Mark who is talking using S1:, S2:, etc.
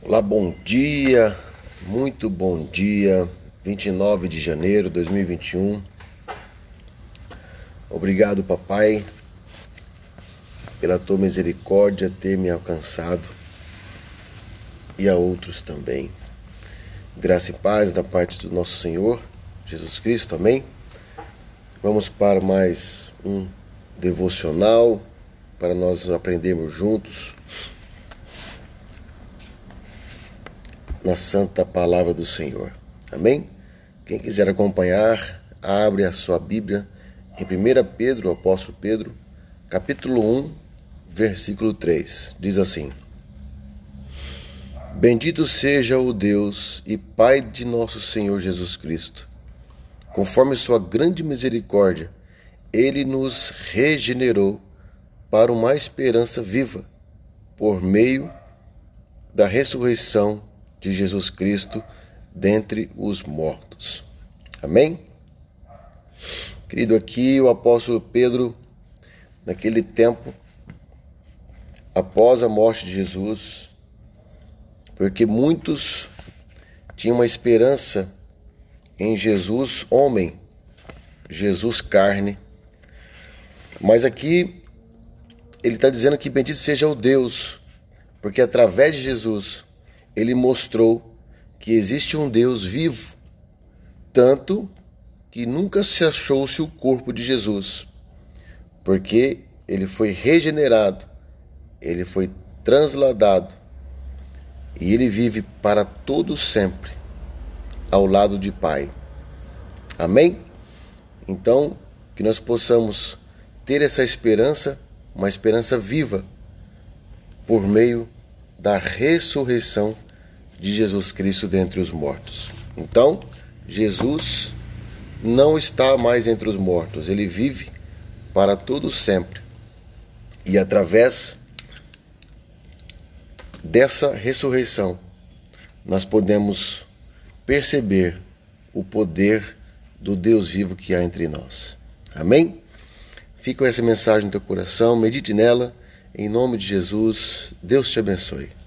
S1: Olá, bom dia, muito bom dia, 29 de janeiro de 2021. Obrigado, papai, pela tua misericórdia ter me alcançado e a outros também. Graça e paz da parte do nosso Senhor Jesus Cristo, amém? Vamos para mais um devocional para nós aprendermos juntos na santa palavra do Senhor. Amém? Quem quiser acompanhar, abre a sua Bíblia em 1 Pedro, o apóstolo Pedro, capítulo 1, versículo 3. Diz assim: Bendito seja o Deus e Pai de nosso Senhor Jesus Cristo. Conforme sua grande misericórdia, Ele nos regenerou para uma esperança viva, por meio da ressurreição de Jesus Cristo dentre os mortos. Amém? Querido, aqui o apóstolo Pedro, naquele tempo, após a morte de Jesus, porque muitos tinham uma esperança em Jesus homem, Jesus carne, mas aqui ele está dizendo que bendito seja o Deus, porque através de Jesus ele mostrou que existe um Deus vivo, tanto que nunca se achou-se o corpo de Jesus, porque ele foi regenerado, ele foi transladado e ele vive para todo sempre ao lado de Pai. Amém? Então, que nós possamos ter essa esperança, uma esperança viva, por meio da ressurreição de Jesus Cristo dentre os mortos. Então, Jesus não está mais entre os mortos, ele vive para todo sempre. E através dessa ressurreição, nós podemos perceber o poder do Deus vivo que há entre nós. Amém? Fica essa mensagem no teu coração, medite nela, em nome de Jesus. Deus te abençoe.